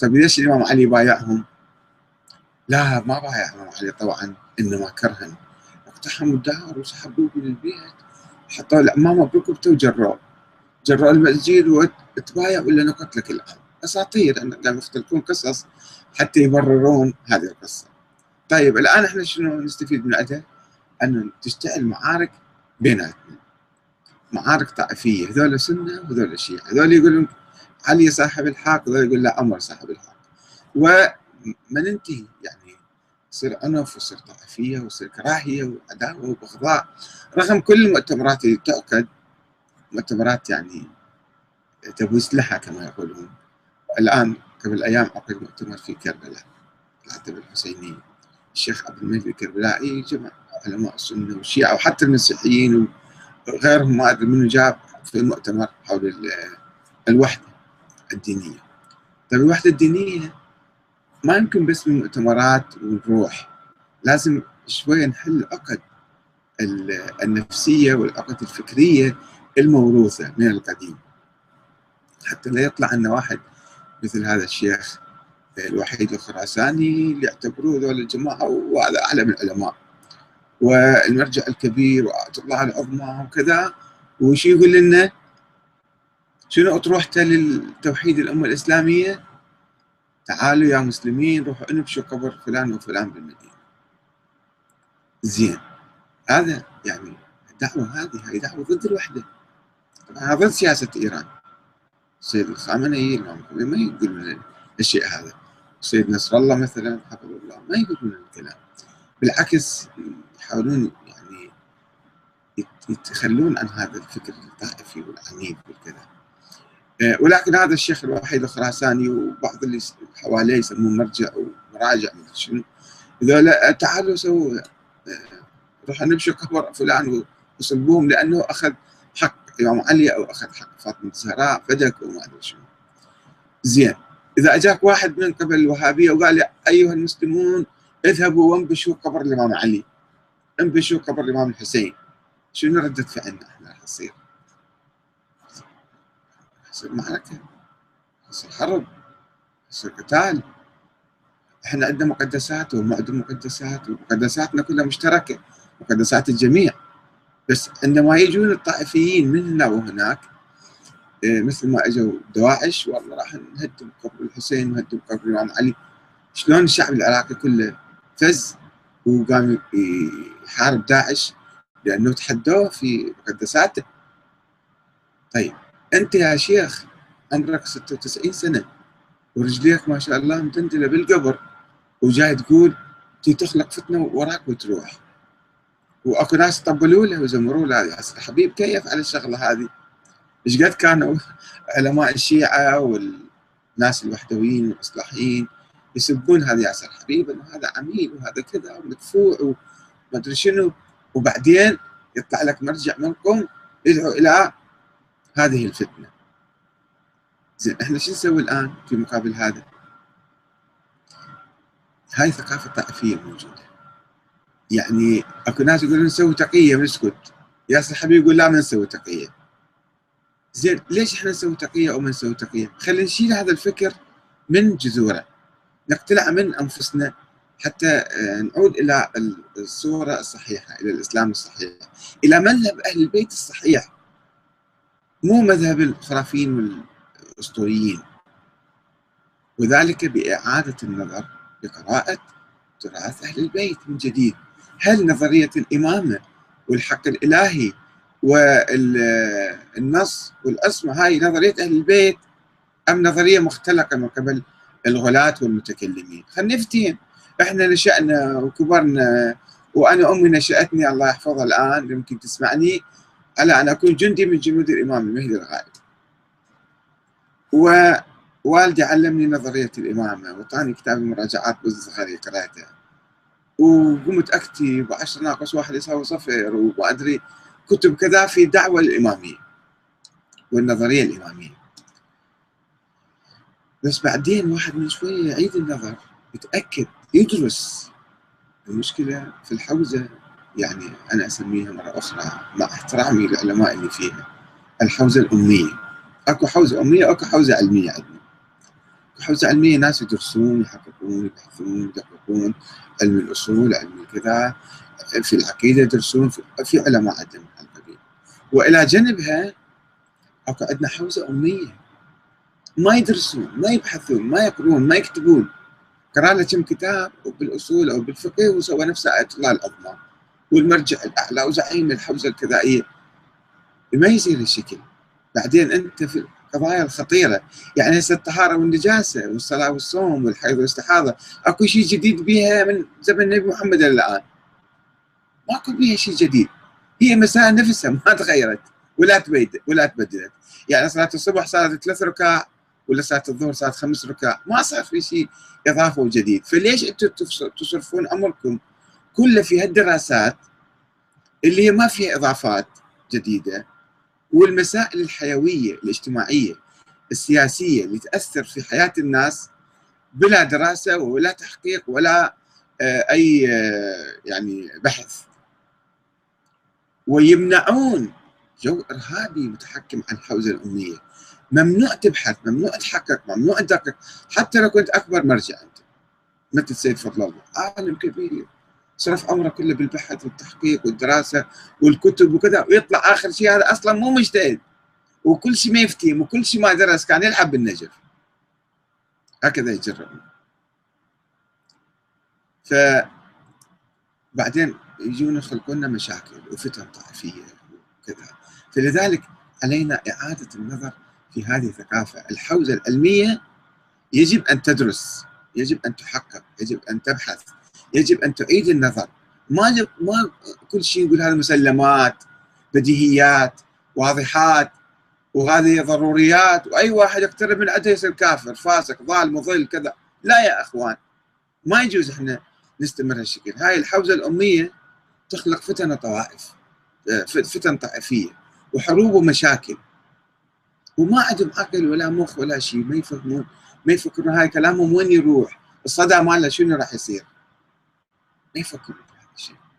طيب ليش الإمام علي بايعهم؟ لا ما بايع الإمام علي طبعا، إنما كرها، اقتحموا الدار وسحبوه من البيت، حطوا العمامة بركبته وجروه، جروا المسجد وتبايع ولا نقتلك الآن. أساطير قاموا يختلقون قصص حتى يبررون هذه القصة. طيب الآن احنا شنو نستفيد من عندها؟ أن تشتعل معارك بيناتنا، معارك طائفية، هذول سنة وهذول شيعة، هذول يقولون علي صاحب الحق، هذول يقول لا عمر صاحب الحق، وما ننتهي يعني يصير عنف ويصير طائفية ويصير كراهية وعداوة وبغضاء، رغم كل المؤتمرات اللي تعقد، مؤتمرات يعني تبوس لها كما يقولون. الآن قبل أيام عقد مؤتمر في كربلاء العتبة الحسينية، الشيخ عبد المجيد الكربلائي جمع علماء السنة والشيعة وحتى المسيحيين وغيرهم، ما أدري منو جاب في المؤتمر حول الوحدة الدينية. طيب الوحدة الدينية ما يمكن بس من مؤتمرات ونروح، لازم شوية نحل عقد النفسية والعقد الفكرية الموروثة من القديم، حتى لا يطلع لنا واحد مثل هذا الشيخ الوحيد الخراساني اللي يعتبروه ذول الجماعة وهذا أعلم العلماء والمرجع الكبير وآية الله العظمى وكذا، وش يقول لنا؟ شنو أطروحته للتوحيد الأمة الإسلامية؟ تعالوا يا مسلمين روحوا انبشوا قبر فلان وفلان بالمدينة. زين، هذا يعني الدعوة هذه دعوة ضد الوحدة، طبعا ضد سياسة إيران. السيد الخامنئي الإمام الخميني ما يقول الشيء هذا، السيد نصر الله مثلا حفظه الله ما يقولون الكلام، بالعكس يحاولون يعني يتخلون عن هذا الفكر الطائفي والعنيف والكذا. ولكن هذا الشيخ الوحيد الخراساني وبعض اللي حواليه يسمون مرجع ومراجع مثل شنو، ذولا تعالوا سووا روح نبشوا قبر فلان وصلبوهم لانه اخذ حق الامام علي او اخذ حق فاطمه الزهراء فدك وما ادري شنو. زين، اذا اجاك واحد من قبل الوهابيه وقال يا ايها المسلمون اذهبوا وانبشوا قبر الامام علي، انبشوا قبر الامام الحسين، شنو ردة فعلنا احنا راح تصير؟ يصير معركة، يصير حرب، يصير قتال. احنا عندنا مقدسات وهم عندهم مقدسات ومقدساتنا كلها مشتركة، مقدسات الجميع، بس عندما يجون الطائفيين من هنا وهناك مثل ما اجوا دواعش والله راح نهدم قبر الحسين ونهدم قبر الامام علي، شلون الشعب العراقي كله فز وقام يحارب داعش لانه تحدوه في مقدساته. طيب انت يا شيخ عمرك 96 سنه ورجليك ما شاء الله مدندله بالقبر وجاي تقول تخلق فتنه وراك وتروح، واكو ناس طبلوا له وزمروا له. يا حبيب كيف على الشغله هذه؟ ايش قد كانوا علماء الشيعه والناس الوحدويين والاصلاحيين يسبون هذا ياسر حبيب انه هذا عميل وهذا كذا ومدفوع وما ادري شنو، وبعدين يطلع لك مرجع منكم يدعو الى هذه الفتنه. زين احنا شو نسوي الان في مقابل هذا؟ هاي ثقافه طائفيه موجوده، يعني اكو ناس يقولون نسوي تقيه ونسكت، ياسر حبيب يقول لا ما نسوي تقيه. زين ليش احنا نسوي تقيه او ما نسوي تقيه؟ خلينا نشيل هذا الفكر من جذوره، نقتلع من انفسنا حتى نعود الى الصوره الصحيحه، الى الاسلام الصحيح، الى مذهب اهل البيت الصحيح، مو مذهب الخرافيين والاسطوريين. وذلك باعاده النظر بقراءه تراث اهل البيت من جديد. هل نظريه الامامه والحق الالهي والنص والعصمه هاي نظريه اهل البيت ام نظريه مختلقه من قبل الغلاة والمتكلمين؟ خلينا نفتهم. احنا نشأنا وكبرنا، وانا امي نشأتني الله يحفظها الان يمكن تسمعني، على ان اكون جندي من جنود الامام المهدي الغائب، ووالدي علمني نظريه الامامه وطاني كتاب المراجعات بالصغير قراته، وقمت اكتب و10 ناقص واحد يساوي صفر وما ادري كتب كذا في دعوه الاماميه والنظريه الاماميه. بس بعدين واحد من شويه يعيد النظر، يتاكد، يدرس. المشكله في الحوزه، يعني انا اسميها مره اخرى مع احترامي للعلماء اللي فيها، الحوزه الاميه. اكو حوزه اميه واكو حوزه علميه. عندنا حوزة علمية ناس يدرسون يحققون يبحثون يدققون، علم الأصول علم الكذا، في العقيدة يدرسون، في علماء عندنا من هالقبيل. وإلى جانبها أكو عندنا حوزة أمية ما يدرسون ما يبحثون ما يقرون ما يكتبون، قرأ له كم كتاب بالأصول أو بالفقه وسوى نفسه آية الله العظمى والمرجع الأعلى وزعيم الحوزة الكذائية. ما يصير الشكل. بعدين أنت في القضايا الخطيرة، يعني هسه الطهارة والنجاسة والصلاة والصوم والحيض والاستحاضة أكو شيء جديد بها من زمن النبي محمد إلى الآن؟ ماكو بها شيء جديد، هي مسائل نفسها ما تغيرت ولا تبدلت. يعني صلاة الصبح صارت 3 ركع ولا صلاة الظهر صارت 5 ركع، ما صار في شيء إضافة وجديد. فليش أنتم تصرفون أمركم كله في هالدراسات اللي هي ما فيها إضافات جديدة، والمسائل الحيوية الاجتماعية السياسية اللي تأثر في حياة الناس بلا دراسة ولا تحقيق ولا أي يعني بحث، ويمنعون جو إرهابي متحكم عن الحوزة الأمية. ممنوع تبحث، ممنوع تحقق، ممنوع تدقق، حتى لو كنت أكبر مرجع أنت مثل السيد فضل الله عالم كبير صرف عمره كله بالبحث والتحقيق والدراسة والكتب وكذا، ويطلع آخر شيء هذا أصلا مو مجتهد وكل شيء ما يفتهم وكل شيء ما درس، كان يلعب بالنجف. هكذا يجربون. فبعدين يجون يخلقون لنا مشاكل وفتن طائفية وكذا. فلذلك علينا إعادة النظر في هذه الثقافة. الحوزة العلمية يجب أن تدرس، يجب أن تحقق، يجب أن تبحث، يجب أن تعيد النظر. ما كل شيء يقول هذا مسلمات بديهيات واضحات وهذه ضروريات وأي واحد يقترب من عندها يصير كافر فاسق ضال مضل كذا. لا يا أخوان، ما يجوز احنا نستمر هالشكل. هاي الحوزة الأمية تخلق فتن طوائف، فتن طائفية وحروب ومشاكل، وما عندهم عقل ولا مخ ولا شيء، ما يفهمون ما يفكرون. هاي كلامهم وين يروح؟ الصدى ماله شنو راح يصير؟ ما يفكرون بهذا الشيء.